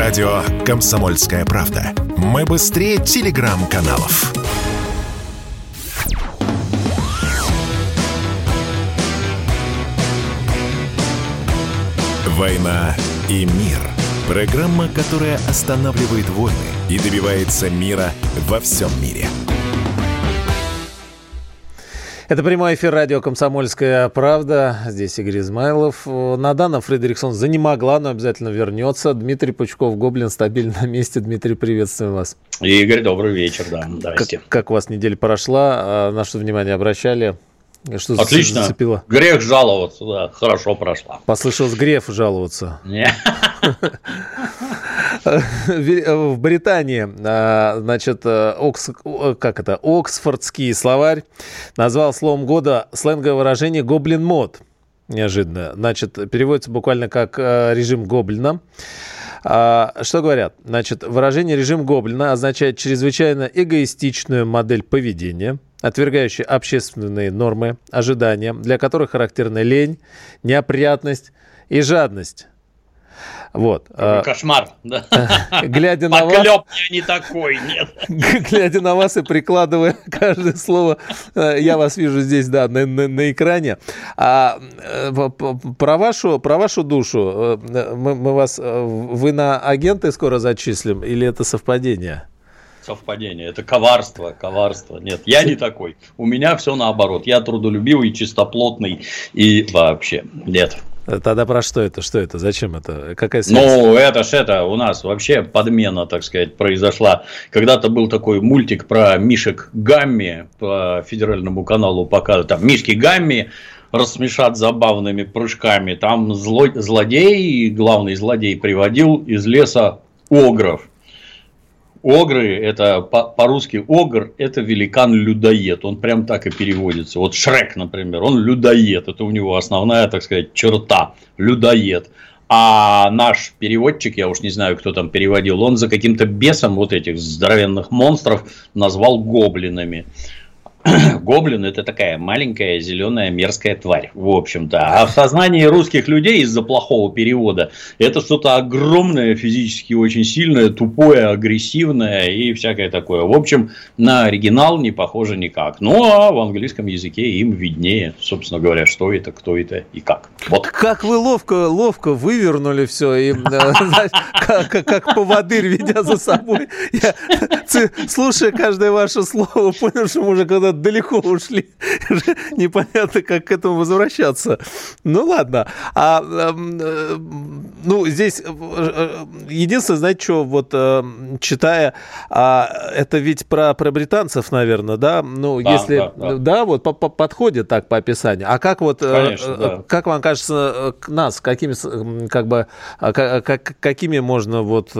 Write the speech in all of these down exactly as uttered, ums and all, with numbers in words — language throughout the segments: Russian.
Радио «Комсомольская правда». Мы быстрее телеграм-каналов. «Война и мир». Программа, которая останавливает войны и добивается мира во всем мире. Это прямой эфир радио «Комсомольская правда». Здесь Игорь Измайлов. Надана Фредериксон занемогла, но обязательно вернется. Дмитрий Пучков, Гоблин, стабильно на месте. Дмитрий, приветствуем вас. Игорь, добрый вечер. Да. Здрасте. Как, как у вас неделя прошла? На что внимание обращали? Что Отлично. Зацепило? Грех жаловаться, да, хорошо прошла. Послышалось грех жаловаться. Нет. В Британии, значит, Окс, как это, Оксфордский словарь назвал словом года сленговое выражение «гоблин-мод». Неожиданно. Значит, переводится буквально как «режим гоблина». Что говорят? Значит, выражение «режим гоблина» означает чрезвычайно эгоистичную модель поведения, отвергающую общественные нормы, ожидания, для которых характерны лень, неопрятность и жадность. Вот. Кошмар, да. Глядя на вас, Поклёп я не такой, нет. Глядя на вас и прикладывая каждое слово, я вас вижу здесь, да, на, на, на экране. А, про, вашу, про вашу душу, мы, мы вас, вы на агенты скоро зачислим или это совпадение? Совпадение, это коварство, коварство. Нет, я не такой. У меня все наоборот. Я трудолюбивый, чистоплотный и вообще нет. Тогда про что это? Что это? Зачем это? Какая связь? Ну, это ж это у нас вообще подмена, так сказать, произошла. Когда-то был такой мультик про мишек Гамми по федеральному каналу показывают. Там мишки Гамми рассмешат забавными прыжками. Там зло... злодей, главный злодей приводил из леса огров. Огры, это по-русски огр, это великан-людоед. Он прям так и переводится. Вот Шрек, например, он людоед. Это у него основная, так сказать, черта. Людоед. А наш переводчик, я уж не знаю, кто там переводил, он за каким-то бесом вот этих здоровенных монстров назвал гоблинами. Гоблин – это такая маленькая зеленая мерзкая тварь, в общем-то. А в сознании русских людей из-за плохого перевода это что-то огромное, физически очень сильное, тупое, агрессивное и всякое такое. В общем, на оригинал не похоже никак. Ну, а в английском языке им виднее, собственно говоря, что это, кто это и как. Вот. Как вы ловко, ловко вывернули все, и, как поводырь, ведя за собой. Я, слушая каждое ваше слово, понял, что мы уже когда-то далеко ушли. Непонятно, как к этому возвращаться. Ну, ладно. А, ну, здесь единственное, знаете, что, вот, читая, это ведь про, про британцев, наверное, да? Ну, да, если... Да, да. да вот, по, по, подходит так по описанию. А как вот... Конечно, да. Как вам кажется, нас, какими, как бы, как, какими можно вот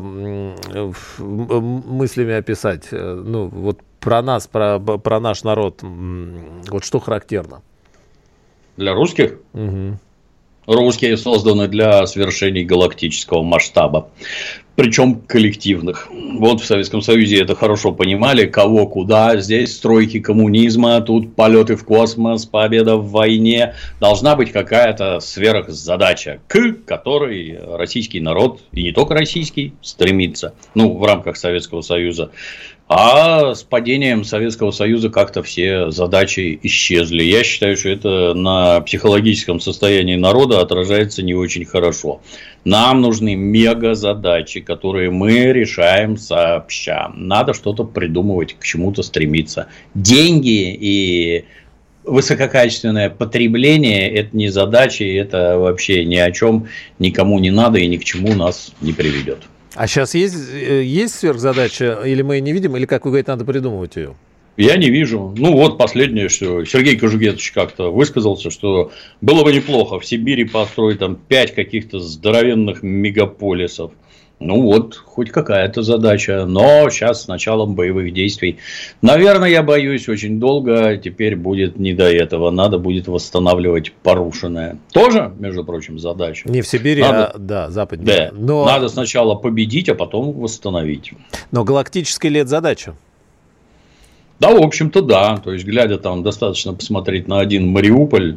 мыслями описать? Ну, вот про нас, про, про наш народ, вот что характерно? Для русских? Угу. Русские созданы для свершений галактического масштаба, причем коллективных. Вот в Советском Союзе это хорошо понимали, кого куда. Здесь стройки коммунизма, тут полеты в космос, победа в войне. Должна быть какая-то сверхзадача, к которой российский народ, и не только российский, стремится. Ну, в рамках Советского Союза. А с падением Советского Союза как-то все задачи исчезли. Я считаю, что это на психологическом состоянии народа отражается не очень хорошо. Нам нужны мега-задачи, которые мы решаем сообща. Надо что-то придумывать, к чему-то стремиться. Деньги и высококачественное потребление – это не задачи, это вообще ни о чем, никому не надо и ни к чему нас не приведет. А сейчас есть, есть сверхзадача, или мы ее не видим, или, как вы говорите, надо придумывать ее? Я не вижу. Ну, вот последнее, что Сергей Кожугетович как-то высказался, что было бы неплохо в Сибири построить там пять каких-то здоровенных мегаполисов. Ну, вот, хоть какая-то задача. Но сейчас с началом боевых действий, наверное, я боюсь, очень долго теперь будет не до этого. Надо будет восстанавливать порушенное. Тоже, между прочим, задача. Не в Сибири, надо, а да, западнее. Да, но... Надо сначала победить, а потом восстановить. Но галактическая ли это задача? Да, в общем-то, да. То есть, глядя там, достаточно посмотреть на один Мариуполь,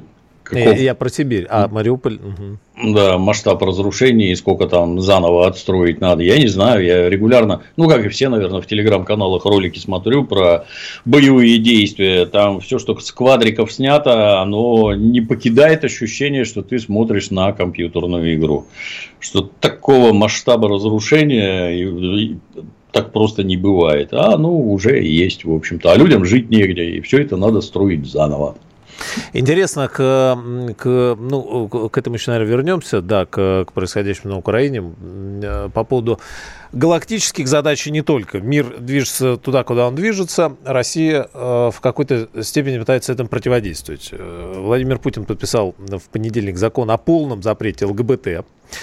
Каков... Я, я про Сибирь, а Мариуполь... Угу. Да, масштаб разрушений, сколько там заново отстроить надо, я не знаю, я регулярно, ну, как и все, наверное, в телеграм-каналах ролики смотрю про боевые действия, там все, что с квадриков снято, оно не покидает ощущение, что ты смотришь на компьютерную игру, что такого масштаба разрушения так просто не бывает, а ну, уже есть, в общем-то, а людям жить негде, и все это надо строить заново. Интересно, к, к, ну, к этому еще, наверное, вернемся, да, к, к происходящему на Украине. По поводу галактических задач и не только. Мир движется туда, куда он движется. Россия э, в какой-то степени пытается этому противодействовать. Владимир Путин подписал в понедельник закон о полном запрете ЛГБТ.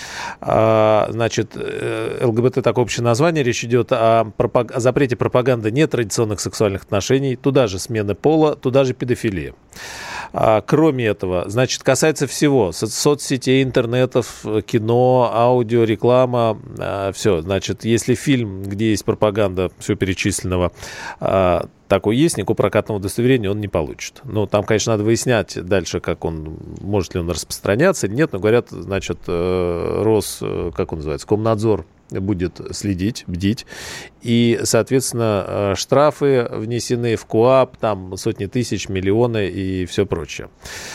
А, значит, ЛГБТ такое общее название. Речь идет о, пропаг... о запрете пропаганды нетрадиционных сексуальных отношений. Туда же смены пола, туда же педофилия. А, кроме этого, значит, касается всего. Со- соцсетей, интернетов, кино, аудио, реклама. А, все, значит, если фильм, где есть пропаганда всего перечисленного, а, такой есть, никакого прокатного удостоверения он не получит. Ну, там, конечно, надо выяснять дальше, как он, может ли он распространяться или нет, но говорят, значит, Рос, как он называется, Комнадзор будет следить, бдить, и, соответственно, штрафы внесены в КоАП, там сотни тысяч, миллионы и все прочее.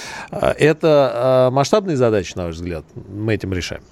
Это масштабные задачи, на ваш взгляд, мы этим решаем?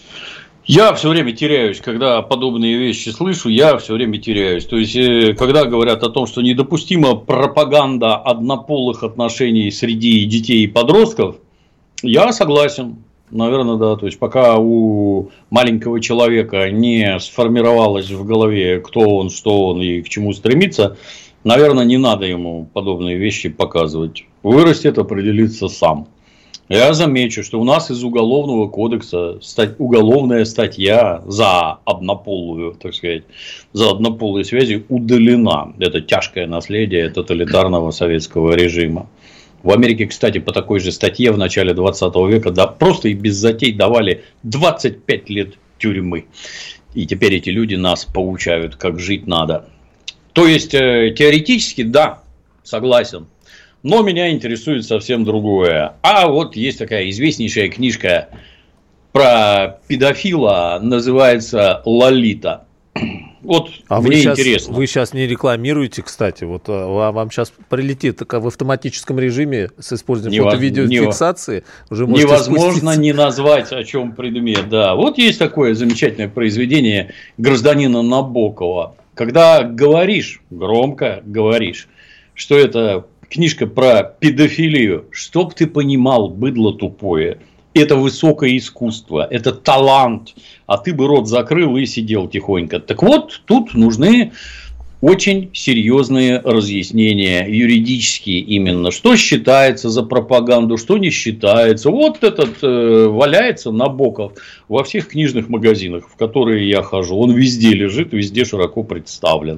Я все время теряюсь, когда подобные вещи слышу, я все время теряюсь. То есть, когда говорят о том, что недопустима пропаганда однополых отношений среди детей и подростков, я согласен. Наверное, да. То есть, пока у маленького человека не сформировалось в голове, кто он, что он и к чему стремится, наверное, не надо ему подобные вещи показывать. Вырастет, определится сам. Я замечу, что у нас из Уголовного кодекса стать, уголовная статья за однополую, так сказать, за однополые связи удалена. Это тяжкое наследие тоталитарного советского режима. В Америке, кстати, по такой же статье в начале двадцатого века да, просто и без затей давали двадцать пять лет тюрьмы. И теперь эти люди нас поучают, как жить надо. То есть, теоретически, да, согласен. Но меня интересует совсем другое. А вот есть такая известнейшая книжка про педофила, называется «Лолита». Вот а мне вы сейчас, интересно. Вы сейчас не рекламируете, кстати. Вот вам сейчас прилетит в автоматическом режиме с использованием фото-видеофиксации. Уже невозможно спуститься. Не назвать, о чем предмет. Да. Вот есть такое замечательное произведение гражданина Набокова. Когда говоришь, громко говоришь, что это книжка про педофилию, чтоб ты понимал, быдло тупое. Это высокое искусство, это талант. А ты бы рот закрыл и сидел тихонько. Так вот, тут нужны очень серьезные разъяснения, юридические именно. Что считается за пропаганду, что не считается. Вот этот э, валяется Набоков во всех книжных магазинах, в которые я хожу. Он везде лежит, везде широко представлен.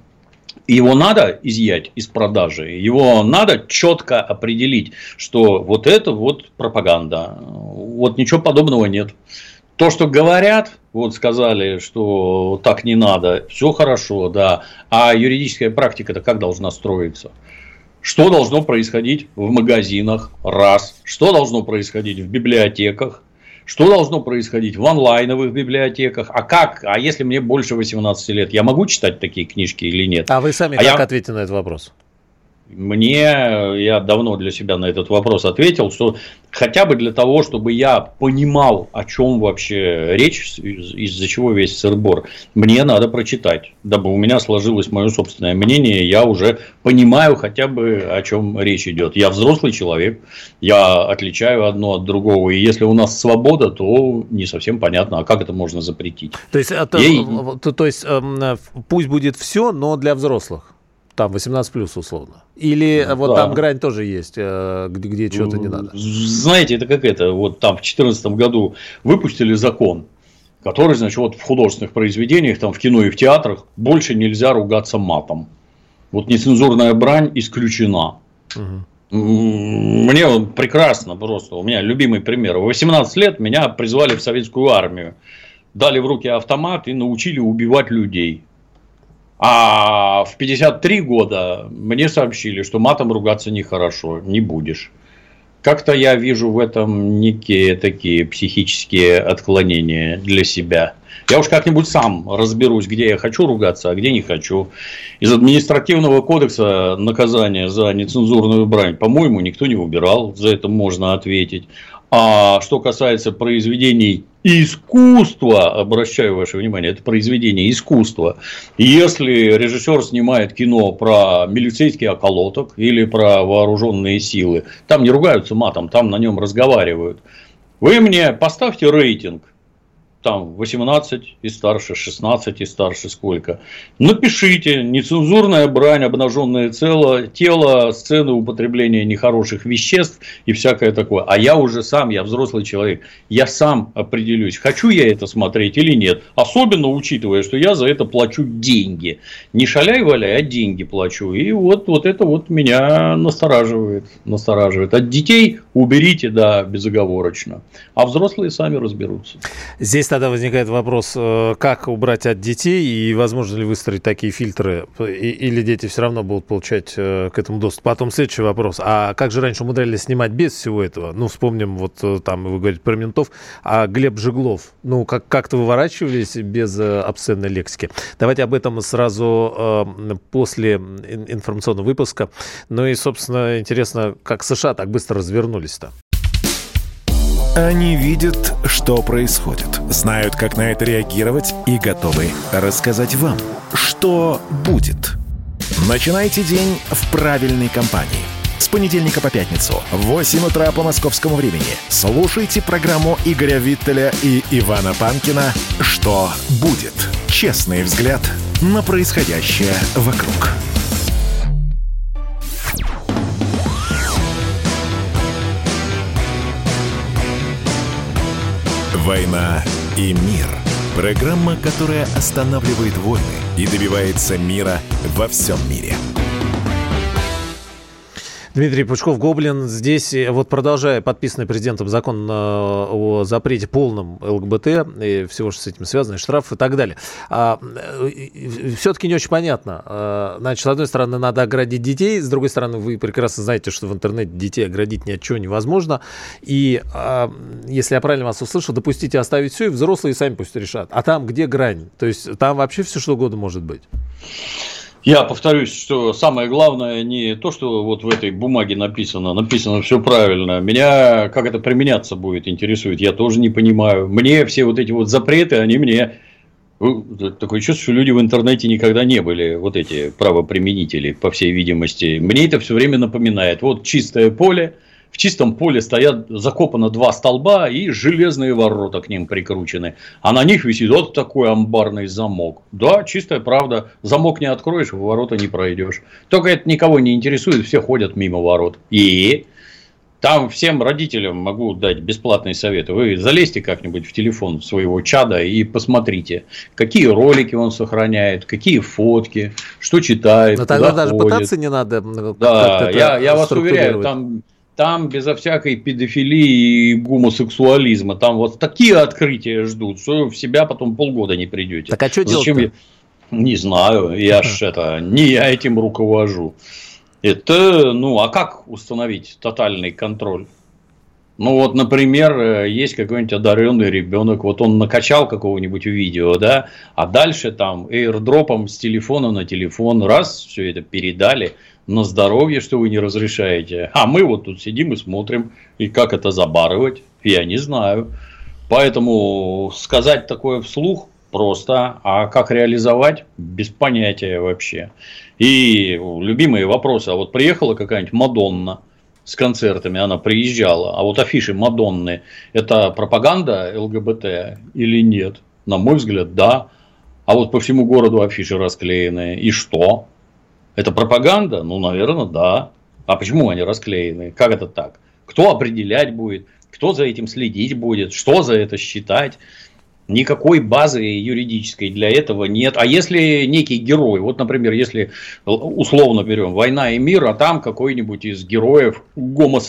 Его надо изъять из продажи, его надо четко определить, что вот это вот пропаганда. Вот ничего подобного нет. То, что говорят, вот сказали, что так не надо, все хорошо, да. А юридическая практика-то как должна строиться? Что должно происходить в магазинах? Раз. Что должно происходить в библиотеках? Что должно происходить в онлайновых библиотеках? А как? А если мне больше восемнадцати лет, я могу читать такие книжки или нет? А вы сами а как я... ответите на этот вопрос? Мне, я давно для себя на этот вопрос ответил, что хотя бы для того, чтобы я понимал, о чем вообще речь, из-за чего весь сыр-бор, мне надо прочитать, дабы у меня сложилось мое собственное мнение, я уже понимаю хотя бы, о чем речь идет. Я взрослый человек, я отличаю одно от другого, и если у нас свобода, то не совсем понятно, а как это можно запретить. То есть, это, я... то, то есть э, пусть будет все, но для взрослых. Там восемнадцать плюс условно. Или ну, вот да. Там грань тоже есть, где, где чего-то не надо. Знаете, это как это, вот там в две тысячи четырнадцатом году выпустили закон, который, значит, вот в художественных произведениях, там в кино и в театрах больше нельзя ругаться матом. Вот нецензурная брань исключена. Угу. Мне он прекрасно просто, у меня любимый пример. В восемнадцать лет меня призвали в советскую армию, дали в руки автомат и научили убивать людей. А в пятьдесят три года мне сообщили, что матом ругаться нехорошо, не будешь. Как-то я вижу в этом некие такие психические отклонения для себя. Я уж как-нибудь сам разберусь, где я хочу ругаться, а где не хочу. Из административного кодекса наказания за нецензурную брань, по-моему, никто не убирал. За это можно ответить. А что касается произведений искусства, обращаю ваше внимание, это произведение искусства. Если режиссер снимает кино про милицейский околоток или про вооруженные силы, там не ругаются матом, там на нем разговаривают. Вы мне поставьте рейтинг. Там восемнадцать и старше, шестнадцать и старше, сколько. Напишите: нецензурная брань, обнаженное тело, тело, сцены употребления нехороших веществ и всякое такое. А я уже сам, я взрослый человек, я сам определюсь, хочу я это смотреть или нет. Особенно учитывая, что я за это плачу деньги. Не шаляй-валяй, а деньги плачу. И вот, вот это вот меня настораживает, настораживает. От детей уберите, да, безоговорочно. А взрослые сами разберутся. Здесь тогда возникает вопрос, как убрать от детей, и возможно ли выстроить такие фильтры, или дети все равно будут получать к этому доступ. Потом следующий вопрос, а как же раньше умудрялись снимать без всего этого? Ну, вспомним, вот там вы говорите про ментов, а Глеб Жиглов, ну, как- как-то выворачивались без обсценной лексики. Давайте об этом сразу после информационного выпуска. Ну и, собственно, интересно, как США так быстро развернулись-то? Они видят, что происходит, знают, как на это реагировать и готовы рассказать вам, что будет. Начинайте день в правильной компании. С понедельника по пятницу в восемь утра по московскому времени слушайте программу Игоря Виттеля и Ивана Панкина «Что будет?». Честный взгляд на происходящее вокруг. «Война и мир». Программа, которая останавливает войны и добивается мира во всем мире. Дмитрий Пучков-Гоблин здесь, вот продолжая подписанный президентом закон о запрете полном ЛГБТ и всего, что с этим связано, штраф и так далее. А, все-таки не очень понятно. Значит, с одной стороны, надо оградить детей, с другой стороны, вы прекрасно знаете, что в интернете детей оградить ни от чего невозможно. И, а, если я правильно вас услышал, допустите оставить все, и взрослые сами пусть решат. А там где грань? То есть там вообще все что угодно может быть. Я повторюсь, что самое главное не то, что вот в этой бумаге написано, написано все правильно. Меня, как это применяться будет, интересует, я тоже не понимаю. Мне все вот эти вот запреты, они мне... Такое чувство, что люди в интернете никогда не были, вот эти правоприменители, по всей видимости. Мне это все время напоминает. Вот чистое поле. В чистом поле стоят, закопано два столба и железные ворота к ним прикручены. А на них висит вот такой амбарный замок. Да, чистая правда. Замок не откроешь, в ворота не пройдешь. Только это никого не интересует, все ходят мимо ворот. И там всем родителям могу дать бесплатные советы. Вы залезьте как-нибудь в телефон своего чада и посмотрите, какие ролики он сохраняет, какие фотки, что читает. Но тогда даже ходит. Пытаться не надо. Да, я, я вас уверяю, там... Там безо всякой педофилии и гомосексуализма. Там вот такие открытия ждут, что в себя потом полгода не придете. Так а что Зачем делать-то? Я... Не знаю. Я ж это, не я этим руковожу. Это, ну, а как установить тотальный контроль? Ну, вот, например, есть какой-нибудь одаренный ребенок, вот он накачал какого-нибудь видео, да, а дальше там эйрдропом с телефона на телефон, раз, все это передали, на здоровье, что вы не разрешаете. А мы вот тут сидим и смотрим, и как это забарывать, я не знаю. Поэтому сказать такое вслух просто, а как реализовать, без понятия вообще. И любимые вопросы, а вот приехала какая-нибудь Мадонна с концертами, она приезжала, а вот афиши Мадонны, это пропаганда ЛГБТ или нет? На мой взгляд, да. А вот по всему городу афиши расклеены, и что? Это пропаганда? Ну, наверное, да. А почему они расклеены? Как это так? Кто определять будет? Кто за этим следить будет? Что за это считать? Никакой базы юридической для этого нет. А если некий герой, вот, например, если условно берем «Война и мир», а там какой-нибудь из героев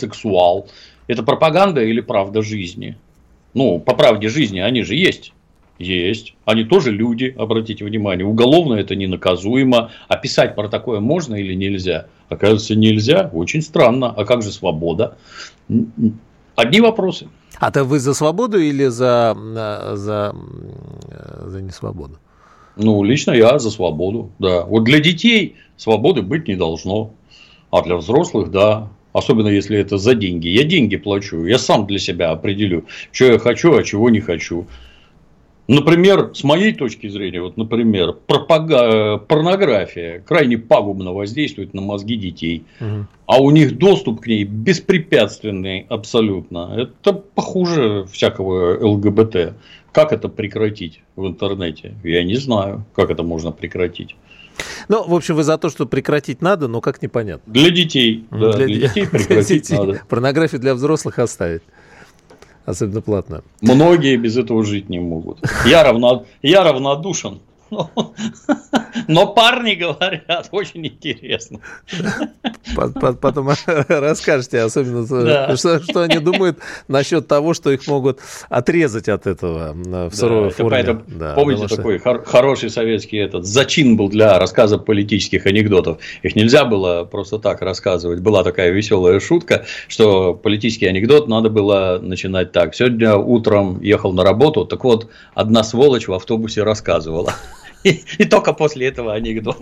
гомосексуал, это пропаганда или правда жизни? Ну, по правде жизни они же есть. Есть. Они тоже люди, обратите внимание. Уголовно это не наказуемо. А писать про такое можно или нельзя? Оказывается, нельзя. Очень странно. А как же свобода? Одни вопросы. А то вы за свободу или за, за, за несвободу? Ну, лично я за свободу, да. Вот для детей свободы быть не должно. А для взрослых, да. Особенно если это за деньги. Я деньги плачу. Я сам для себя определю, что я хочу, а чего не хочу. Например, с моей точки зрения, вот, например, пропага... порнография крайне пагубно воздействует на мозги детей, угу. а у них доступ к ней беспрепятственный абсолютно. Это похуже всякого ЛГБТ. Как это прекратить в интернете? Я не знаю, как это можно прекратить. Ну, в общем, вы за то, что прекратить надо, но как непонятно. Для детей, да, для, для детей прекратить для детей. Надо. Порнографию для взрослых оставить. Особенно платно. Многие без этого жить не могут. Я, равно, я равнодушен. Но парни говорят, очень интересно. Потом расскажете, особенно, да. что, что они думают насчет того, что их могут отрезать от этого в суровой да, форме. Это, да, помните, такой что... хороший советский этот зачин был для рассказа политических анекдотов. Их нельзя было просто так рассказывать. Была такая веселая шутка, что политический анекдот надо было начинать так. Сегодня утром ехал на работу, так вот, одна сволочь в автобусе рассказывала. И, и только после этого анекдот.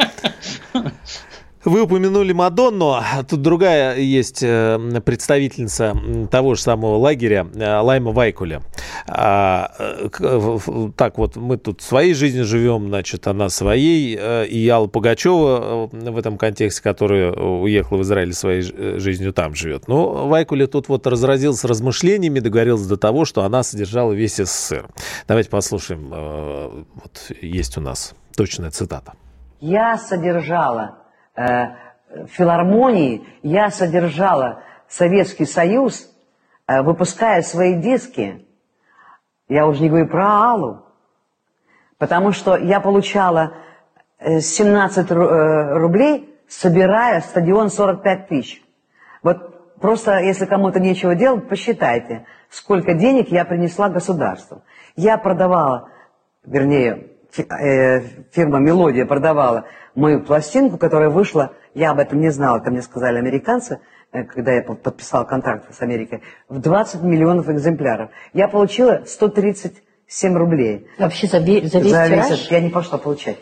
Вы упомянули Мадонну. Тут другая есть представительница того же самого лагеря, Лайма Вайкуле. Так вот, мы тут своей жизнью живем, значит, она своей. И Алла Пугачева в этом контексте, которая уехала в Израиль, своей жизнью там живет. Но Вайкуле тут вот разразилась размышлениями, договорилась до того, что она содержала весь СССР. Давайте послушаем. Вот есть у нас точная цитата. Я содержала в филармонии, я содержала Советский Союз, выпуская свои диски. Я уже не говорю про Аллу, потому что я получала семнадцать рублей, собирая стадион сорок пять тысяч. Вот просто, если кому-то нечего делать, посчитайте, сколько денег я принесла государству. Я продавала, вернее, фирма «Мелодия» продавала мою пластинку, которая вышла, я об этом не знала, это мне сказали американцы, когда я подписала контракт с Америкой, в двадцать миллионов экземпляров. Я получила сто тридцать семь рублей. Вообще за, ве- за весь за тираж? Весь, я не пошла получать.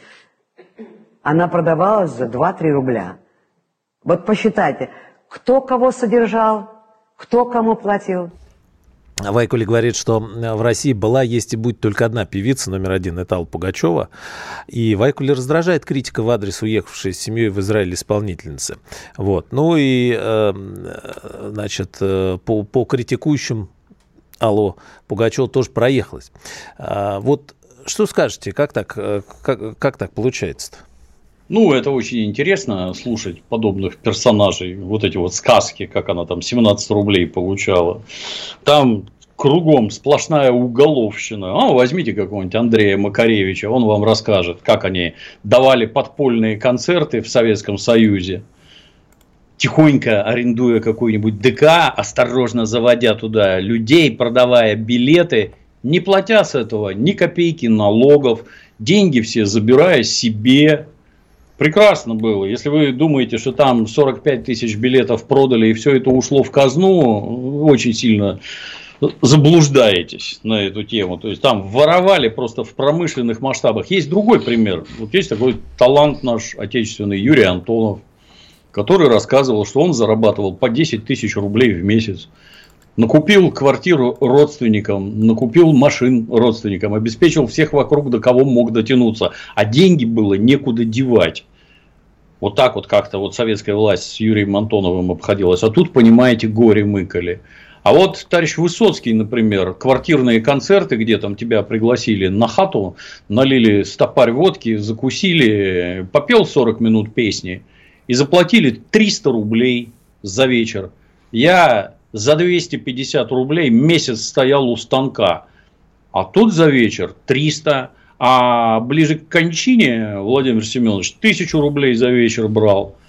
Она продавалась за два-три рубля. Вот посчитайте, кто кого содержал, кто кому платил. Вайкуле говорит, что в России была, есть и будет только одна певица, номер один, это Алла Пугачева. И Вайкуле раздражает критика в адрес уехавшей с семьей в Израиль исполнительницы. Вот. Ну и, значит, по, по критикующим Аллу Пугачеву тоже проехалась. Вот что скажете, как так, как, как так получается-то? Ну, это очень интересно слушать подобных персонажей, вот эти вот сказки, как она там семнадцать рублей получала. Там кругом сплошная уголовщина. А, возьмите какого-нибудь Андрея Макаревича, он вам расскажет, как они давали подпольные концерты в Советском Союзе, тихонько арендуя какой-нибудь ДК, осторожно заводя туда людей, продавая билеты, не платя с этого ни копейки налогов, деньги все забирая себе. Прекрасно было. Если вы думаете, что там сорок пять тысяч билетов продали и все это ушло в казну, очень сильно заблуждаетесь на эту тему. То есть там воровали просто в промышленных масштабах. Есть другой пример. Вот есть такой талант наш отечественный Юрий Антонов, который рассказывал, что он зарабатывал по десять тысяч рублей в месяц. Накупил квартиру родственникам, накупил машин родственникам, обеспечил всех вокруг, до кого мог дотянуться. А деньги было некуда девать. Вот так вот как-то вот советская власть с Юрием Антоновым обходилась. А тут, понимаете, горе мыкали. А вот товарищ Высоцкий, например, квартирные концерты, где там тебя пригласили на хату, налили стопарь водки, закусили, попел сорок минут песни и заплатили триста рублей за вечер. Я... За двести пятьдесят рублей месяц стоял у станка. А тут за вечер триста. А ближе к кончине Владимир Семенович тысячу рублей за вечер брал.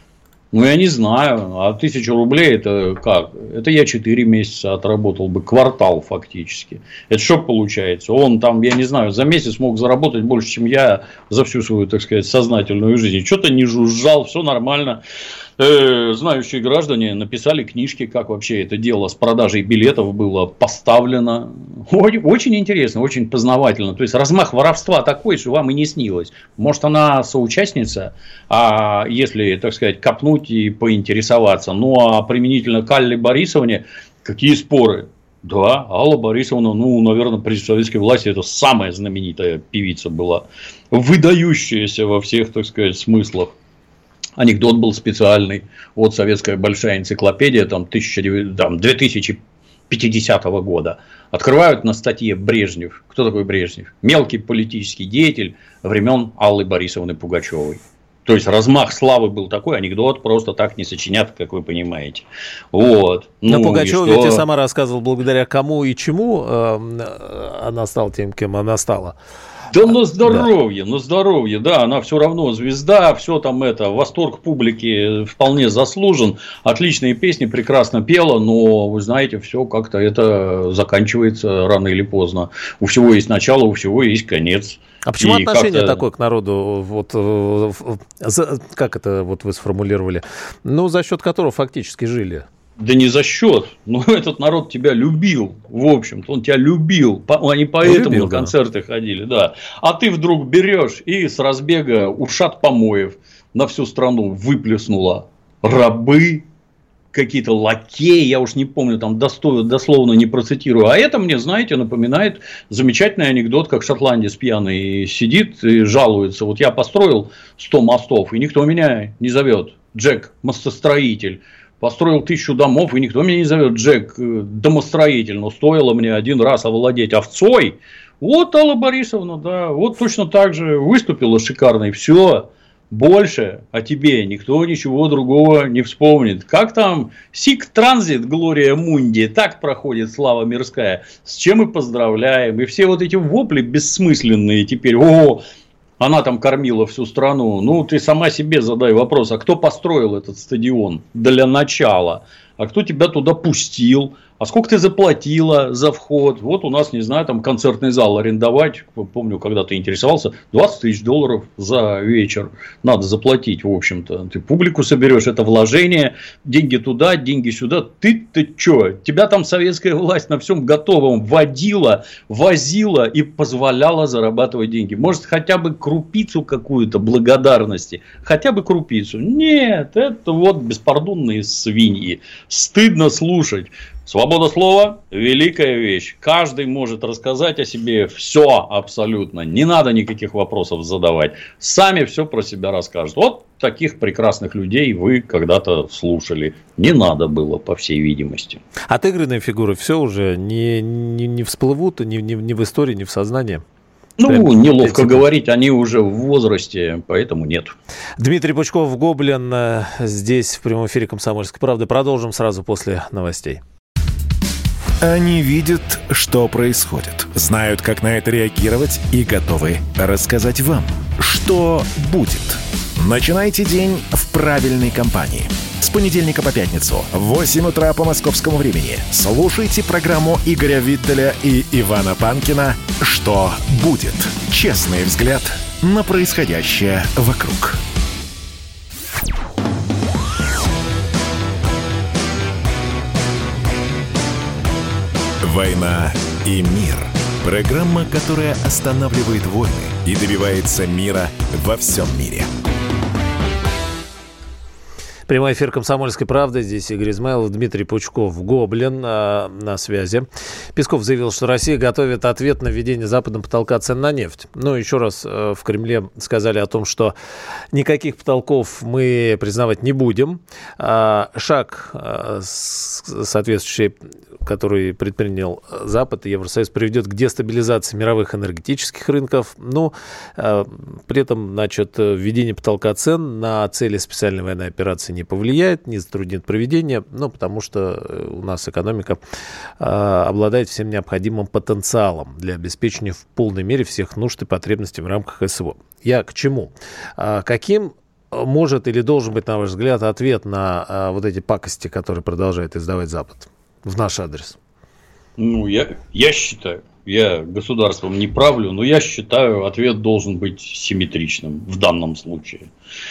Ну, я не знаю. А тысяча рублей это как? Это я четыре месяца отработал бы. Квартал фактически. Это что получается? Он там, я не знаю, за месяц мог заработать больше, чем я за всю свою, так сказать, сознательную жизнь. Что-то не жужжал, все нормально. Э, знающие граждане написали книжки, как вообще это дело с продажей билетов было поставлено. Очень интересно, очень познавательно. То есть, размах воровства такой, что вам и не снилось. Может, она соучастница, а если, так сказать, копнуть и поинтересоваться. Ну, а применительно к Алле Борисовне, какие споры? Да, Алла Борисовна, ну, наверное, при советской власти это самая знаменитая певица была. Выдающаяся во всех, так сказать, смыслах. Анекдот был специальный. Вот советская большая энциклопедия там, две тысячи пятидесятого года. Открывают на статье Брежнев. Кто такой Брежнев? Мелкий политический деятель времен Аллы Борисовны Пугачевой. То есть, размах славы был такой, анекдот просто так не сочинят, как вы понимаете. Вот. Но ну, Пугачева ведь и сама рассказывала, благодаря кому и чему э, она стала тем, кем она стала. Да на здоровье, да. на здоровье, да, она все равно звезда, все там это, восторг публики вполне заслужен, отличные песни, прекрасно пела, но вы знаете, все как-то это заканчивается рано или поздно. У всего есть начало, у всего есть конец. А почему и отношение как-то... такое к народу, вот, как это вот вы сформулировали, ну, за счет которого фактически жили? Да не за счет. Но этот народ тебя любил. В общем-то, он тебя любил. Они поэтому любил, на концерты да. ходили. Да. А ты вдруг берешь и с разбега ушат помоев на всю страну выплеснула. Рабы, какие-то лакеи, я уж не помню, там дословно не процитирую. А это мне, знаете, напоминает замечательный анекдот, как шотландец пьяный сидит и жалуется. Вот я построил сто мостов, и никто меня не зовет. Джек, мостостроитель. Построил тысячу домов, и никто меня не зовет Джек, домостроитель. Но стоило мне один раз овладеть овцой. Вот Алла Борисовна, да, вот точно так же выступила шикарно. И все. Больше о тебе никто ничего другого не вспомнит. Как там Сик Транзит, Глория Мунди, так проходит слава мирская. С чем мы поздравляем. И все вот эти вопли бессмысленные теперь. О, она там кормила всю страну. Ну, ты сама себе задай вопрос, а кто построил этот стадион для начала? А кто тебя туда пустил? А сколько ты заплатила за вход? Вот у нас, не знаю, там концертный зал арендовать. Помню, когда ты интересовался, двадцать тысяч долларов за вечер надо заплатить, в общем-то. Ты публику соберешь, это вложение, деньги туда, деньги сюда. Ты-то что? Тебя там советская власть на всем готовом водила, возила и позволяла зарабатывать деньги. Может, хотя бы крупицу какую-то благодарности. Хотя бы крупицу. Нет, это вот беспардонные свиньи. Стыдно слушать. Свобода слова – великая вещь. Каждый может рассказать о себе все абсолютно. Не надо никаких вопросов задавать. Сами все про себя расскажут. Вот таких прекрасных людей вы когда-то слушали. Не надо было, по всей видимости. Отыгранные фигуры все уже не, не, не всплывут ни, ни, ни в истории, ни в сознании. Ну, прям неловко говорить, они уже в возрасте, поэтому нет. Дмитрий Пучков, Гоблин, здесь в прямом эфире «Комсомольской правды». Продолжим сразу после новостей. Они видят, что происходит, знают, как на это реагировать и готовы рассказать вам, что будет. Начинайте день в правильной компании. С понедельника по пятницу в восемь утра по московскому времени слушайте программу Игоря Виттеля и Ивана Панкина «Что будет?». Честный взгляд на происходящее вокруг. «Война и мир». Программа, которая останавливает войны и добивается мира во всем мире. Прямой эфир «Комсомольской правды». Здесь Игорь Измайлов, Дмитрий Пучков, Гоблин э, на связи. Песков заявил, что Россия готовит ответ на введение западного потолка цен на нефть. Ну, еще раз э, в Кремле сказали о том, что никаких потолков мы признавать не будем. Э, шаг э, соответствующий, который предпринял Запад и Евросоюз, приведет к дестабилизации мировых энергетических рынков. Ну, э, при этом, значит, введение потолка цен на цели специальной военной операции не повлияет, не затруднит проведение, ну, потому что у нас экономика э, обладает всем необходимым потенциалом для обеспечения в полной мере всех нужд и потребностей в рамках СВО. Я к чему? Э, каким может или должен быть, на ваш взгляд, ответ на а, вот эти пакости, которые продолжает издавать Запад в наш адрес? Ну, я, я считаю, я государством не правлю, но я считаю, ответ должен быть симметричным в данном случае.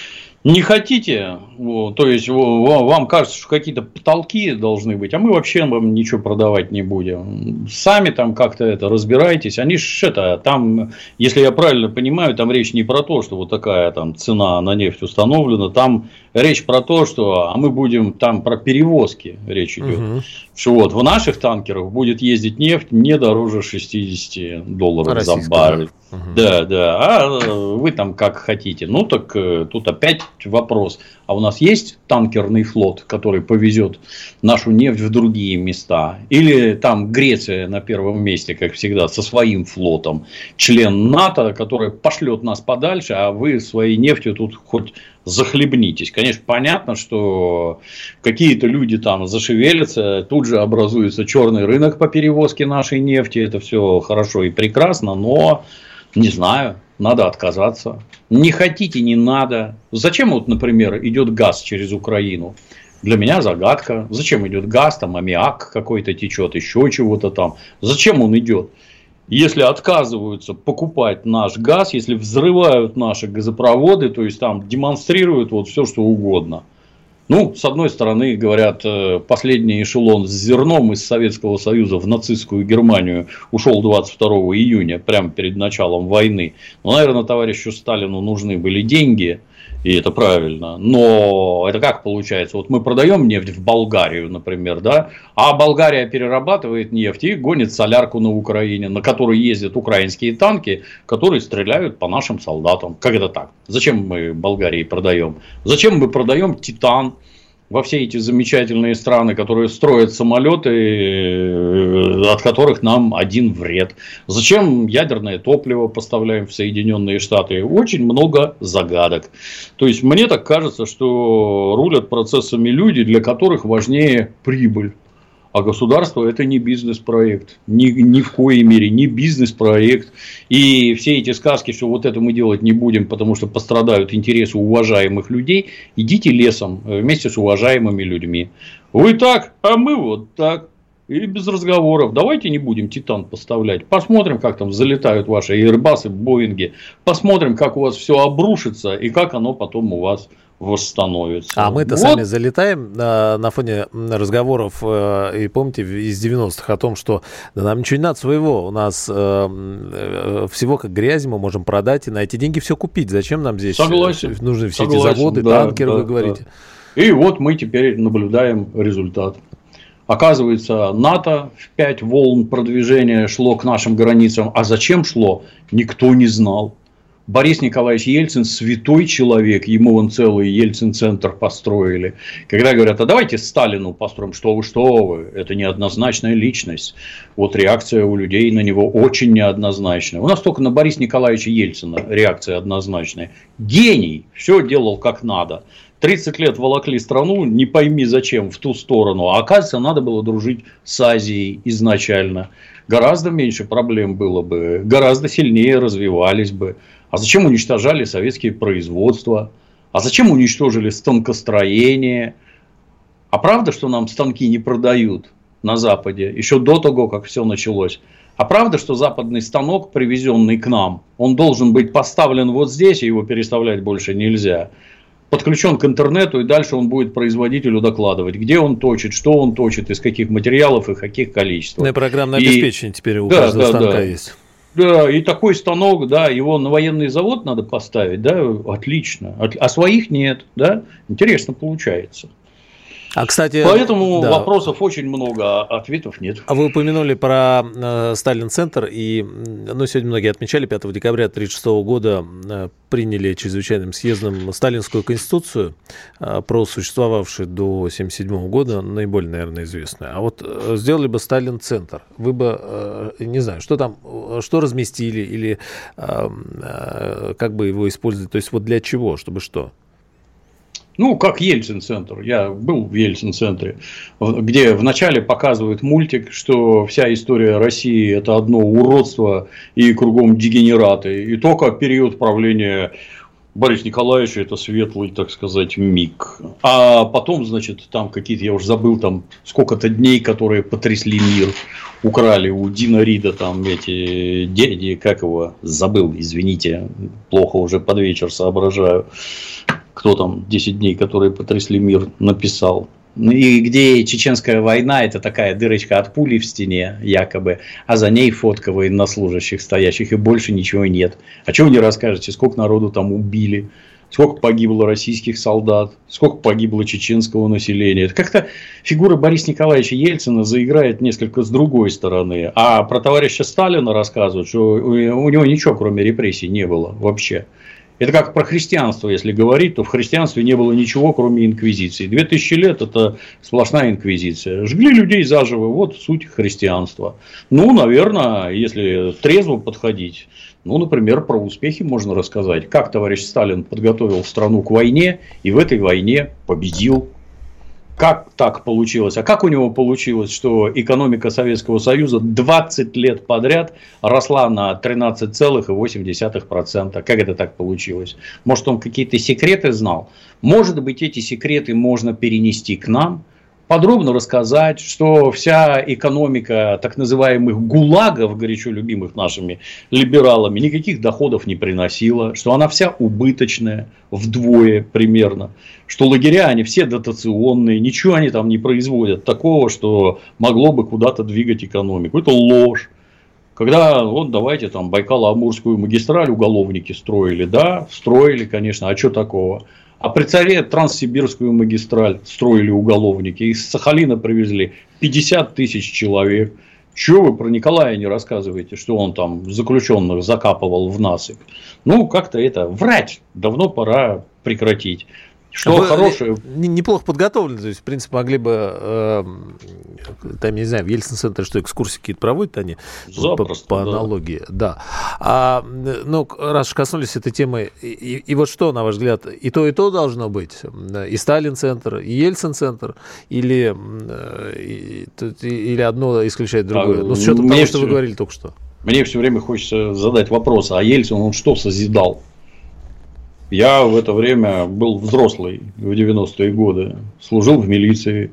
Не хотите, то есть вам кажется, что какие-то потолки должны быть, а мы вообще вам ничего продавать не будем. Сами там как-то это разбирайтесь. Они ж это, там, если я правильно понимаю, там речь не про то, что вот такая там цена на нефть установлена, там речь про то, что, а мы будем там про перевозки речь идет. Угу. Что вот в наших танкерах будет ездить нефть не дороже шестьдесят долларов Российская. За баррель. Угу. Да, да, а вы там как хотите. Ну так тут опять вопрос. А у нас есть танкерный флот, который повезет нашу нефть в другие места? Или там Греция на первом месте, как всегда, со своим флотом, член НАТО, который пошлет нас подальше, а вы своей нефтью тут хоть захлебнитесь. Конечно, понятно, что какие-то люди там зашевелятся, тут же образуется черный рынок по перевозке нашей нефти. Это все хорошо и прекрасно, но не знаю, надо отказаться. Не хотите, не надо. Зачем вот, например, идет газ через Украину? Для меня загадка. Зачем идет газ, там аммиак какой-то течет, еще чего-то там. Зачем он идет? Если отказываются покупать наш газ, если взрывают наши газопроводы, то есть там демонстрируют вот все, что угодно. Ну, с одной стороны, говорят, последний эшелон с зерном из Советского Союза в нацистскую Германию ушел двадцать второго июня, прямо перед началом войны. Ну, наверное, товарищу Сталину нужны были деньги, и это правильно. Но это как получается? Вот мы продаем нефть в Болгарию, например, да, а Болгария перерабатывает нефть и гонит солярку на Украине, на которой ездят украинские танки, которые стреляют по нашим солдатам. Как это так? Зачем мы Болгарии продаем? Зачем мы продаем титан во все эти замечательные страны, которые строят самолеты, от которых нам один вред? Зачем ядерное топливо поставляем в Соединенные Штаты? Очень много загадок. То есть, мне так кажется, что рулят процессами люди, для которых важнее прибыль. А государство – это не бизнес-проект. Ни, ни в коей мере не бизнес-проект. И все эти сказки, что вот это мы делать не будем, потому что пострадают интересы уважаемых людей, идите лесом вместе с уважаемыми людьми. Вы так, а мы вот так. И без разговоров. Давайте не будем титан поставлять. Посмотрим, как там залетают ваши Airbus, Боинги. Посмотрим, как у вас все обрушится и как оно потом у вас восстановится. А мы-то вот. Сами залетаем на, на фоне разговоров, э, и помните, из девяностых о том, что да, нам ничего не надо своего. У нас э, э, всего как грязь, мы можем продать и на эти деньги все купить. Зачем нам здесь Согласен. нужны все Согласен. эти заводы, да, танкеры, да, вы говорите. Да. И вот мы теперь наблюдаем результат. Оказывается, НАТО в пять волн продвижения шло к нашим границам. А зачем шло, никто не знал. Борис Николаевич Ельцин святой человек, ему вон целый Ельцин-центр построили. Когда говорят, а давайте Сталину построим, что вы, что вы, это неоднозначная личность. Вот реакция у людей на него очень неоднозначная. У нас только на Бориса Николаевича Ельцина реакция однозначная. Гений, все делал как надо. тридцать лет волокли страну, не пойми зачем, в ту сторону. А оказывается, надо было дружить с Азией изначально. Гораздо меньше проблем было бы, гораздо сильнее развивались бы. А зачем уничтожали советские производства? А зачем уничтожили станкостроение? А правда, что нам станки не продают на Западе, еще до того, как все началось? А правда, что западный станок, привезенный к нам, он должен быть поставлен вот здесь, и его переставлять больше нельзя? Подключен к интернету, и дальше он будет производителю докладывать, где он точит, что он точит, из каких материалов и каких количеств. Ну и программное и... обеспечение теперь у да, каждого да, станка да. есть. Да, и такой станок, да, его на военный завод надо поставить, да, отлично. А своих нет, да, интересно получается. А, кстати, Поэтому да. вопросов очень много, а ответов нет. А вы упомянули про э, Сталин-центр, и ну, сегодня многие отмечали, пятого декабря тысяча девятьсот тридцать шестого года э, приняли чрезвычайным съездом Сталинскую конституцию, э, просуществовавшую до семьдесят седьмого года, наиболее, наверное, известная. А вот э, сделали бы Сталин-центр, вы бы, э, не знаю, что там, что разместили, или э, э, как бы его использовать, то есть вот для чего, чтобы что? Ну, как Ельцин-центр. Я был в Ельцин-центре, где вначале показывают мультик, что вся история России – это одно уродство и кругом дегенераты. И только период правления Борис Николаевич, это светлый, так сказать, миг. А потом, значит, там какие-то, я уже забыл, там сколько-то дней, которые потрясли мир. Украли у Дина Рида там эти дяди, как его, забыл, извините, плохо уже под вечер соображаю. Кто там десять дней, которые потрясли мир, написал. И где чеченская война, это такая дырочка от пули в стене, якобы, а за ней фотка военнослужащих стоящих, и больше ничего нет. А чего вы не расскажете, сколько народу там убили, сколько погибло российских солдат, сколько погибло чеченского населения. Это как-то фигура Бориса Николаевича Ельцина заиграет несколько с другой стороны. А про товарища Сталина рассказывают, что у него ничего, кроме репрессий, не было вообще. Это как про христианство, если говорить, то в христианстве не было ничего, кроме инквизиции. Две тысячи лет – это сплошная инквизиция. Жгли людей заживо, вот суть христианства. Ну, наверное, если трезво подходить, ну, например, про успехи можно рассказать. Как товарищ Сталин подготовил страну к войне и в этой войне победил. Как так получилось? А как у него получилось, что экономика Советского Союза двадцать лет подряд росла на тринадцать целых восемь десятых процента? Как это так получилось? Может, он какие-то секреты знал? Может быть, эти секреты можно перенести к нам? Подробно рассказать, что вся экономика так называемых гулагов, горячо любимых нашими либералами, никаких доходов не приносила, что она вся убыточная, вдвое примерно, что лагеря, они все дотационные, ничего они там не производят такого, что могло бы куда-то двигать экономику. Это ложь. Когда, вот давайте там Байкало-Амурскую магистраль уголовники строили, да, строили, конечно, а что такого? А при царе Транссибирскую магистраль строили уголовники. Из Сахалина привезли пятьдесят тысяч человек. Чего вы про Николая не рассказываете, что он там заключенных закапывал в насыпь? Ну, как-то это врать давно пора прекратить. Что Вы хорошее... Неплохо подготовлены, то есть, в принципе, могли бы, э, там, я не знаю, в Ельцин-центре что, экскурсии какие-то проводят они? Запросто, по, по аналогии, да. да. А, ну, раз уж коснулись этой темы, и, и, и вот что, на ваш взгляд, и то, и то должно быть? И Сталин-центр, и Ельцин-центр, или, и, или одно исключает другое? А, ну, с учетом того, что вы говорили только что. Мне все время хочется задать вопрос, а Ельцин, он что созидал? Я в это время был взрослый, в девяностые годы, служил в милиции.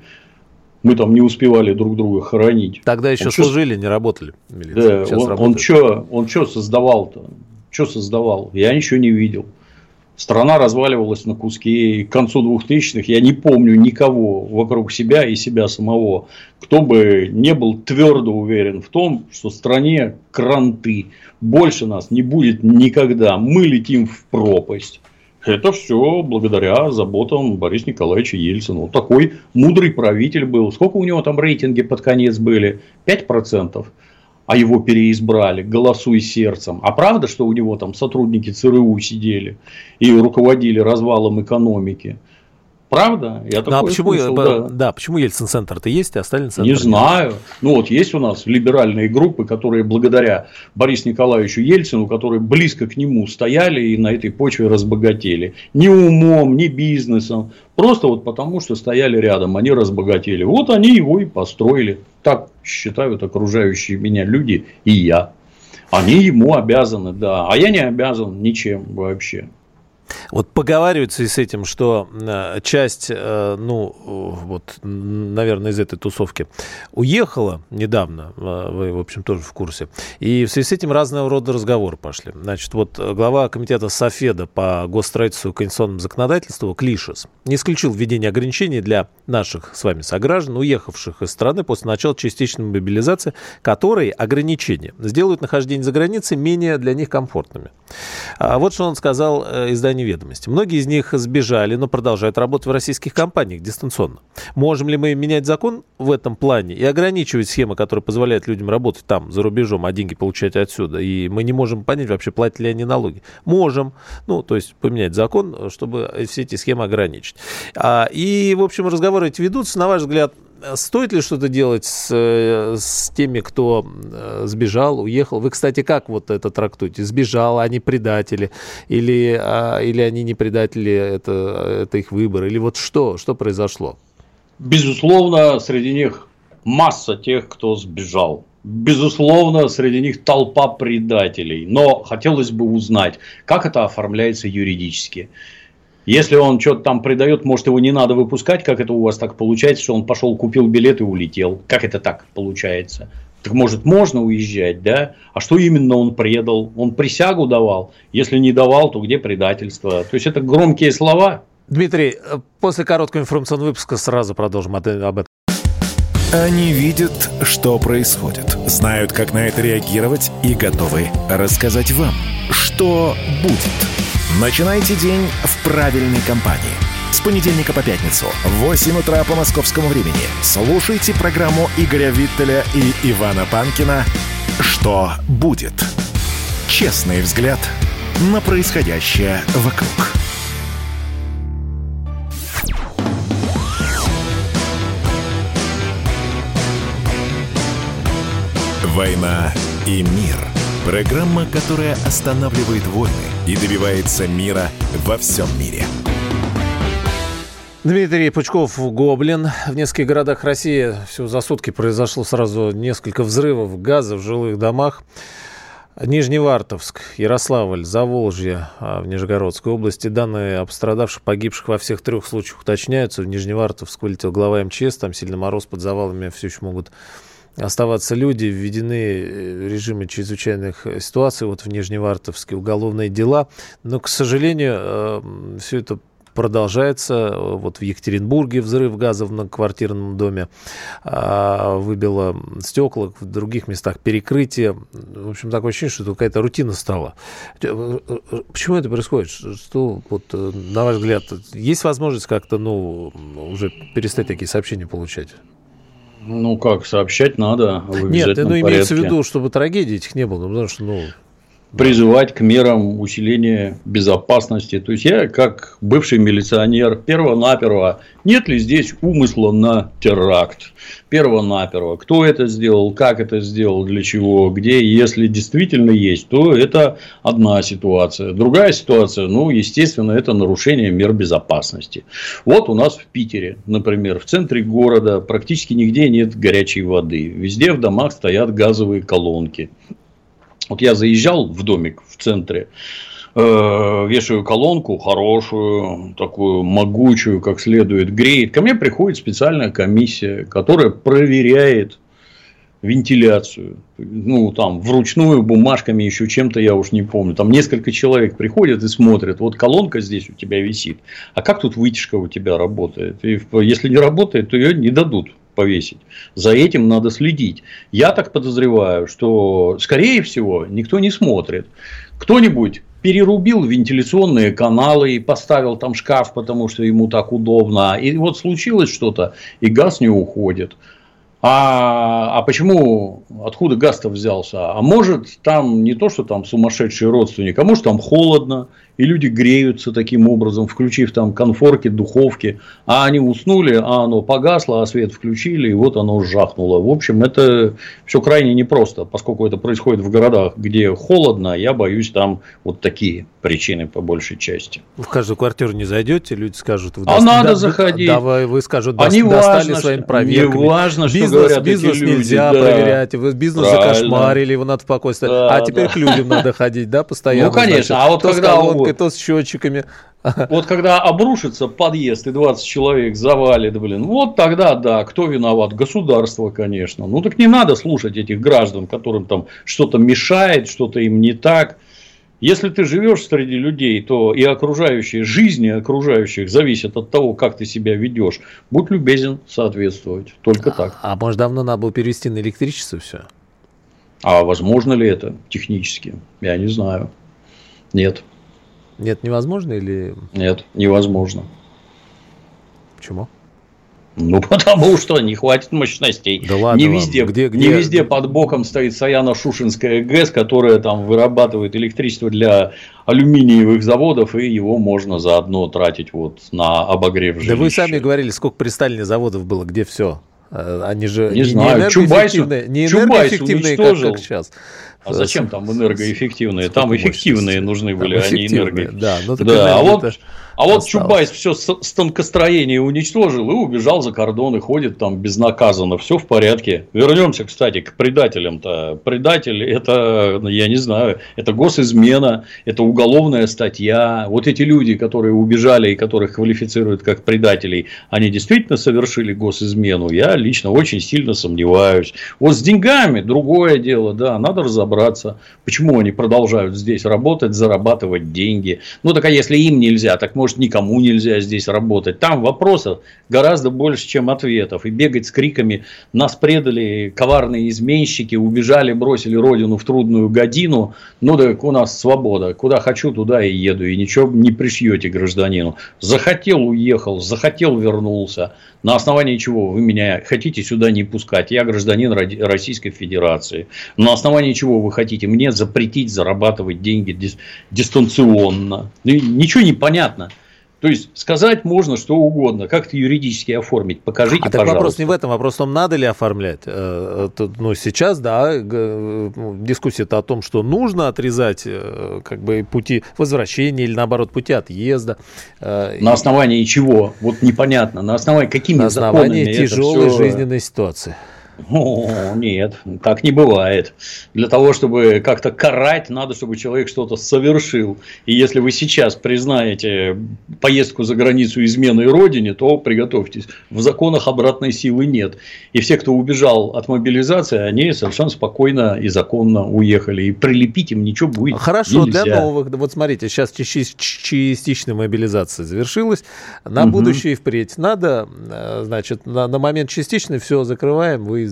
Мы там не успевали друг друга хоронить. Тогда еще он служили, что... не работали в милиции. Да, Сейчас он, он что он что создавал-то? Что создавал? Я ничего не видел. Страна разваливалась на куски. И к концу двухтысячных я не помню никого вокруг себя и себя самого, кто бы не был твердо уверен в том, что в стране кранты. Больше нас не будет никогда. Мы летим в пропасть. Это все благодаря заботам Бориса Николаевича Ельцина. Вот такой мудрый правитель был. Сколько у него там рейтинги под конец были? пять процентов. А его переизбрали, голосуй сердцем. А правда, что у него там сотрудники ЦРУ сидели и руководили развалом экономики? Правда? Я ну, а почему, слышал, да. Да, почему Ельцин-центр-то есть, а Сталин-центр не знаю. Нет? Ну, вот есть у нас либеральные группы, которые благодаря Борису Николаевичу Ельцину, которые близко к нему стояли и на этой почве разбогатели. Ни умом, ни бизнесом. Просто вот потому, что стояли рядом, они разбогатели. Вот они его и построили. Так считают окружающие меня люди и я. Они ему обязаны, да. А я не обязан ничем вообще. Вот поговаривается и с этим, что часть, ну, вот, наверное, из этой тусовки уехала недавно, вы, в общем, тоже в курсе, и в связи с этим разного рода разговоры пошли. Значит, вот глава комитета Софеда по госстроительству и конституционному законодательству Клишес не исключил введение ограничений для наших с вами сограждан, уехавших из страны после начала частичной мобилизации, которые ограничения сделают нахождение за границей менее для них комфортными. А вот что он сказал изданию «Ведомости». Многие из них сбежали, но продолжают работать в российских компаниях дистанционно. Можем ли мы менять закон в этом плане и ограничивать схемы, которые позволяют людям работать там, за рубежом, а деньги получать отсюда? И мы не можем понять, вообще платят ли они налоги. Можем. Ну, то есть поменять закон, чтобы все эти схемы ограничить. А, и, в общем, разговоры эти ведутся. На ваш взгляд, стоит ли что-то делать с, с теми, кто сбежал, уехал? Вы, кстати, как вот это трактуете? Сбежал, они предатели? Или, или они не предатели, это, это их выбор? Или вот что? Что произошло? Безусловно, среди них масса тех, кто сбежал. безусловно, среди них толпа предателей. Но хотелось бы узнать, как это оформляется юридически. Если он что-то там предает, может, его не надо выпускать, как это у вас так получается, что он пошел, купил билет и улетел. Как это так получается? Так может, можно уезжать, да? А что именно он предал? Он присягу давал? Если не давал, то где предательство? То есть, это громкие слова. Дмитрий, после короткого информационного выпуска сразу продолжим об этом. Они видят, что происходит, знают, как на это реагировать и готовы рассказать вам, что будет. Начинайте день в правильной компании. С понедельника по пятницу в восемь утра по московскому времени слушайте программу Игоря Виттеля и Ивана Панкина «Что будет?». Честный взгляд на происходящее вокруг. «Война и мир». Программа, которая останавливает войны и добивается мира во всем мире. Дмитрий Пучков, Гоблин. В нескольких городах России всего за сутки произошло сразу несколько взрывов газа в жилых домах. Нижневартовск, Ярославль, Заволжье в Нижегородской области. Данные о пострадавших, погибших во всех трех случаях уточняются. В Нижневартовск вылетел глава эм че эс, там сильный мороз, под завалами все еще могут оставаться люди. Введены режимы чрезвычайных ситуаций вот в Нижневартовске, уголовные дела. Но, к сожалению, все это продолжается. Вот в Екатеринбурге взрыв газа в многоквартирном доме выбило стекла, в других местах перекрытие. В общем, такое ощущение, что это какая-то рутина стала. Почему это происходит? Что, вот, на ваш взгляд, есть возможность как-то, ну, уже перестать такие сообщения получать? Ну, как, сообщать надо в Нет, ну, имеется порядке. в виду, чтобы трагедий этих не было, потому что, ну... Призывать к мерам усиления безопасности. То есть, я, как бывший милиционер, перво-наперво, нет ли здесь умысла на теракт? Перво-наперво. Кто это сделал, как это сделал, для чего, где. Если действительно есть, то это одна ситуация. Другая ситуация, ну, естественно, это нарушение мер безопасности. Вот у нас в Питере, например, в центре города практически нигде нет горячей воды. Везде в домах стоят газовые колонки. Вот я заезжал в домик в центре, э, вешаю колонку хорошую, такую могучую, как следует, греет. Ко мне приходит специальная комиссия, которая проверяет вентиляцию. Ну, там, вручную, бумажками, еще чем-то, я уж не помню. Там несколько человек приходят и смотрят. Вот колонка здесь у тебя висит. А как тут вытяжка у тебя работает? И если не работает, то ее не дадут повесить. За этим надо следить. Я так подозреваю, что, скорее всего, никто не смотрит. Кто-нибудь перерубил вентиляционные каналы и поставил там шкаф, потому что ему так удобно. И вот случилось что-то, и газ не уходит. А, а почему, откуда газ-то взялся? А может, там не то, что там сумасшедший родственник, а может, там холодно, и люди греются таким образом, включив там конфорки, духовки, а они уснули, а оно погасло, а свет включили, и вот оно жахнуло. В общем, это все крайне непросто, поскольку это происходит в городах, где холодно, я боюсь, там вот такие причины по большей части. В каждую квартиру не зайдете, люди скажут, вы а даст... надо да, заходить. Давай, вы скажут, а достали важно, своими что... проверками. Не важно, что бизнес, говорят бизнес эти люди. Нельзя да. проверять, вы бизнес Правильно. закошмарили, его надо в покое ставить. Да, а теперь да. к людям надо ходить, да, постоянно. Ну, конечно, значит, а вот то когда с колонкой, вот... то с счетчиками. Вот когда обрушится подъезд и двадцать человек завалит, блин, вот тогда да, кто виноват? Государство, конечно. Ну так не надо слушать этих граждан, которым там что-то мешает, что-то им не так. Если ты живешь среди людей, то и окружающие, жизни окружающих зависят от того, как ты себя ведешь. Будь любезен соответствовать. Только так. А, а может, давно надо было перевести на электричество все? А возможно ли это технически? Я не знаю. Нет. Нет, невозможно или... Нет, невозможно. Почему? Ну, потому что не хватит мощностей. Да ладно не вам. везде, Где, где... не везде под боком стоит Саяно-Шушенская ГЭС, которая там вырабатывает электричество для алюминиевых заводов, и его можно заодно тратить вот на обогрев жилища. Да вы сами говорили, сколько при Сталине заводов было, где все. Они же не, не, знаю. не энергоэффективные, не энергоэффективные как, как сейчас. А зачем там энергоэффективные? Там эффективные нужны были, а не энергоэффективные. Да, ну, да, а вот А вот Чубайс все станкостроение уничтожил и убежал за кордон и ходит там безнаказанно. Все в порядке. Вернемся, кстати, к предателям-то. Предатели это, я не знаю, это госизмена, это уголовная статья. Вот эти люди, которые убежали и которых квалифицируют как предателей, они действительно совершили госизмену? Я лично очень сильно сомневаюсь. Вот с деньгами другое дело, да, надо разобраться, почему они продолжают здесь работать, зарабатывать деньги. Ну так а если им нельзя, так может никому нельзя здесь работать. Там вопросов гораздо больше, чем ответов. И бегать с криками: нас предали коварные изменщики, убежали, бросили родину в трудную годину. Ну так у нас свобода. Куда хочу, туда и еду. И ничего не пришьете гражданину. Захотел — уехал, захотел — вернулся. На основании чего вы меня хотите сюда не пускать? Я гражданин Российской Федерации. На основании чего вы хотите мне запретить зарабатывать деньги дистанционно? Ничего не понятно. То есть сказать можно что угодно, как-то юридически оформить. Покажите, а так пожалуйста. Вопрос не в этом, вопрос в том, надо ли оформлять. Ну, сейчас, да, дискуссия-то о том, что нужно отрезать как бы пути возвращения или, наоборот, пути отъезда. На основании чего? Вот непонятно. На основании какими На основании законами тяжелой это все... жизненной ситуации. О, нет, так не бывает. Для того, чтобы как-то карать, надо, чтобы человек что-то совершил. И если вы сейчас признаете поездку за границу изменой родине, то приготовьтесь. В законах обратной силы нет. И все, кто убежал от мобилизации, они совершенно спокойно и законно уехали. И прилепить им ничего будет Хорошо, нельзя. Для новых. Вот смотрите, сейчас частичная мобилизация завершилась. На угу. будущее и впредь надо, значит, на, на момент частичной все закрываем, вы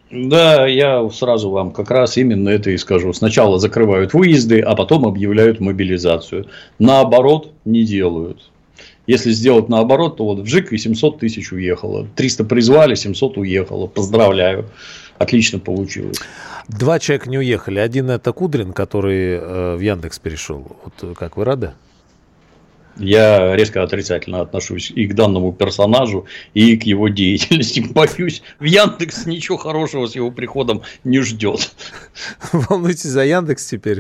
Да, я сразу вам как раз именно это и скажу. Сначала закрывают выезды, а потом объявляют мобилизацию. Наоборот не делают. Если сделать наоборот, то вот вжик и семьсот тысяч уехало. триста призвали, семьсот уехало. Поздравляю. Отлично получилось. Два человека не уехали. Один — это Кудрин, который э, в Яндекс перешел. Вот как, вы рады? Я резко отрицательно отношусь и к данному персонажу, и к его деятельности. Боюсь, в Яндекс ничего хорошего с его приходом не ждет. Волнуйтесь за Яндекс теперь.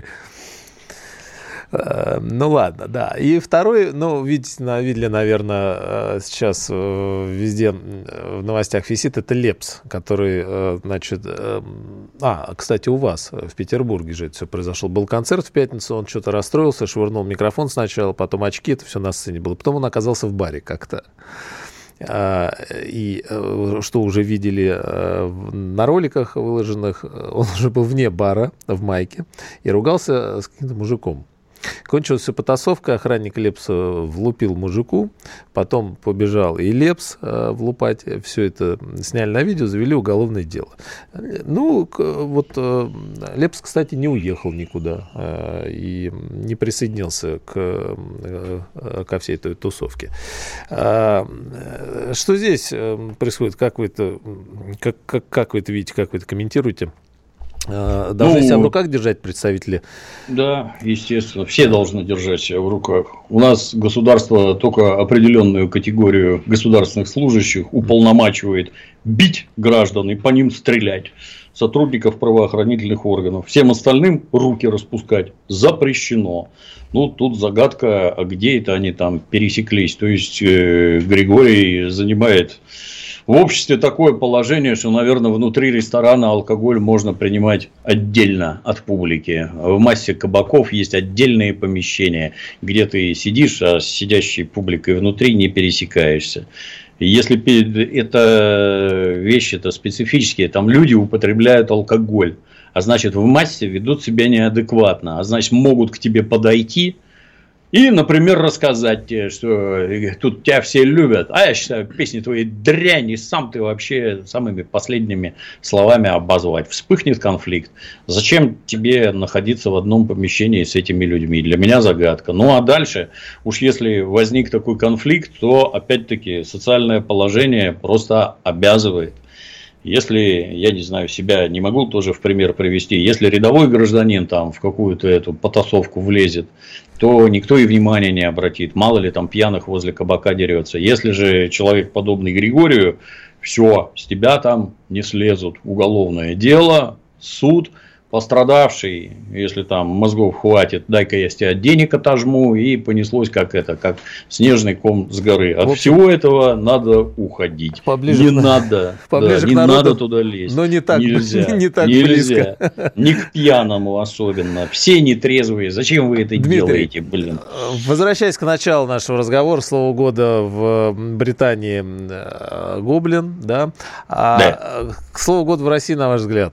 Ну ладно, да. И второй, ну, видите, видели, наверное, сейчас везде в новостях висит, это Лепс, который, значит, а, кстати, у вас в Петербурге же это все произошло. Был концерт в пятницу, он что-то расстроился, швырнул микрофон сначала, потом очки, это все на сцене было. Потом он оказался в баре как-то. И что уже видели на роликах выложенных, он уже был вне бара, в майке, и ругался с каким-то мужиком. Кончилась все потасовка, охранник Лепса влупил мужику, потом побежал и Лепс э, влупать, все это сняли на видео, завели уголовное дело. Ну, к, вот э, Лепс, кстати, не уехал никуда э, и не присоединился к, э, ко всей этой тусовке. А, что здесь происходит? Как вы это, как, как, как вы это видите, как вы это комментируете? Должны ну, себя в руках держать представители? Да, естественно. Все должны держать себя в руках. У нас государство только определенную категорию государственных служащих уполномачивает бить граждан и по ним стрелять. Сотрудников правоохранительных органов. Всем остальным руки распускать запрещено. Ну, тут загадка, а где это они там пересеклись. То есть, э, Григорий занимает... В обществе такое положение, что, наверное, внутри ресторана алкоголь можно принимать отдельно от публики. В массе кабаков есть отдельные помещения, где ты сидишь, а с сидящей публикой внутри не пересекаешься. Если это вещи-то специфические, там люди употребляют алкоголь, а значит, в массе ведут себя неадекватно, а значит, могут к тебе подойти и, например, рассказать тебе, что тут тебя все любят, а я считаю, песни твои дрянь, и сам ты вообще самыми последними словами обозвать. Вспыхнет конфликт. Зачем тебе находиться в одном помещении с этими людьми? Для меня загадка. Ну, а дальше, уж если возник такой конфликт, то, опять-таки, социальное положение просто обязывает. Если, я не знаю, себя не могу тоже в пример привести, если рядовой гражданин там в какую-то эту потасовку влезет, то никто и внимания не обратит. Мало ли там пьяных возле кабака дерется. Если же человек, подобный Григорию, все, с тебя там не слезут. Уголовное дело, суд, пострадавший, если там мозгов хватит, дай-ка я с тебя денег отожму, и понеслось как это, как снежный ком с горы. От общем, всего этого надо уходить. Поближе не к... надо, поближе да, к не народу, надо туда лезть. Но не так, нельзя, не так нельзя. близко. Не к пьяному особенно. Все нетрезвые. Зачем вы это Дмитрий, делаете, блин? Возвращаясь к началу нашего разговора, слово года в Британии гоблин, да? А да. Слово года в России, на ваш взгляд?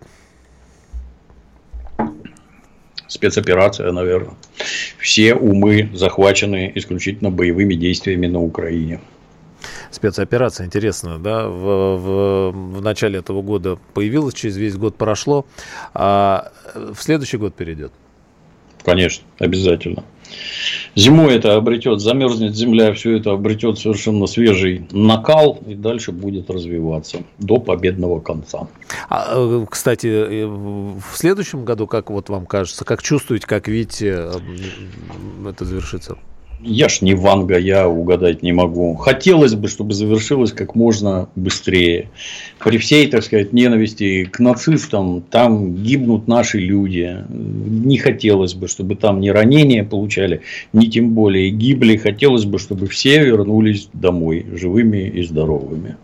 Спецоперация, наверное. Все умы захвачены исключительно боевыми действиями на Украине. Спецоперация, интересно, да, в, в, в начале этого года появилась, через весь год прошло, а в следующий год перейдет? Конечно, обязательно. Зимой это обретет, замерзнет земля, все это обретет совершенно свежий накал и дальше будет развиваться до победного конца. А, кстати, в следующем году, как вот вам кажется, как чувствуете, как видите, это завершится? Я ж не Ванга, я угадать не могу. Хотелось бы, чтобы завершилось как можно быстрее. При всей, так сказать, ненависти к нацистам, там гибнут наши люди. Не хотелось бы, чтобы там ни ранения получали, ни тем более гибли. Хотелось бы, чтобы все вернулись домой живыми и здоровыми.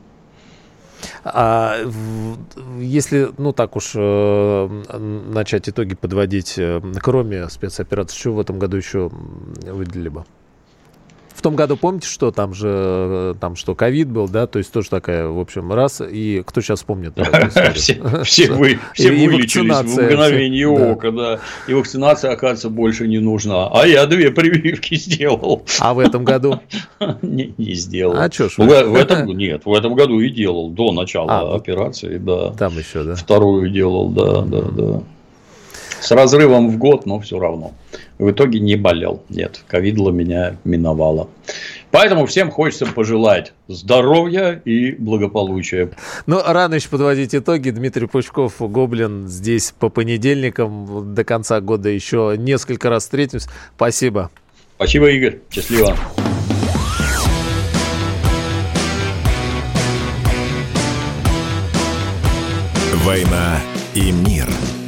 А если, ну так уж э, начать итоги подводить, э, кроме спецоперации, что в этом году еще выделили бы? В том году, помните, что там же, там что, ковид был, да, то есть тоже такая, в общем, раз, и кто сейчас помнит? Все вылечились в мгновение ока, да, и вакцинация, оказывается, больше не нужна, а я две прививки сделал. А в этом году? Не сделал. А что ж вы? В этом, нет, в этом году и делал, до начала операции, да. Там еще, да? Вторую делал, да, да, да. С разрывом в год, но все равно. В итоге не болел. Нет, ковидло меня миновало. Поэтому всем хочется пожелать здоровья и благополучия. Ну, рано еще подводить итоги. Дмитрий Пучков, Гоблин, здесь по понедельникам. До конца года еще несколько раз встретимся. Спасибо. Спасибо, Игорь. Счастливо. «Война и мир».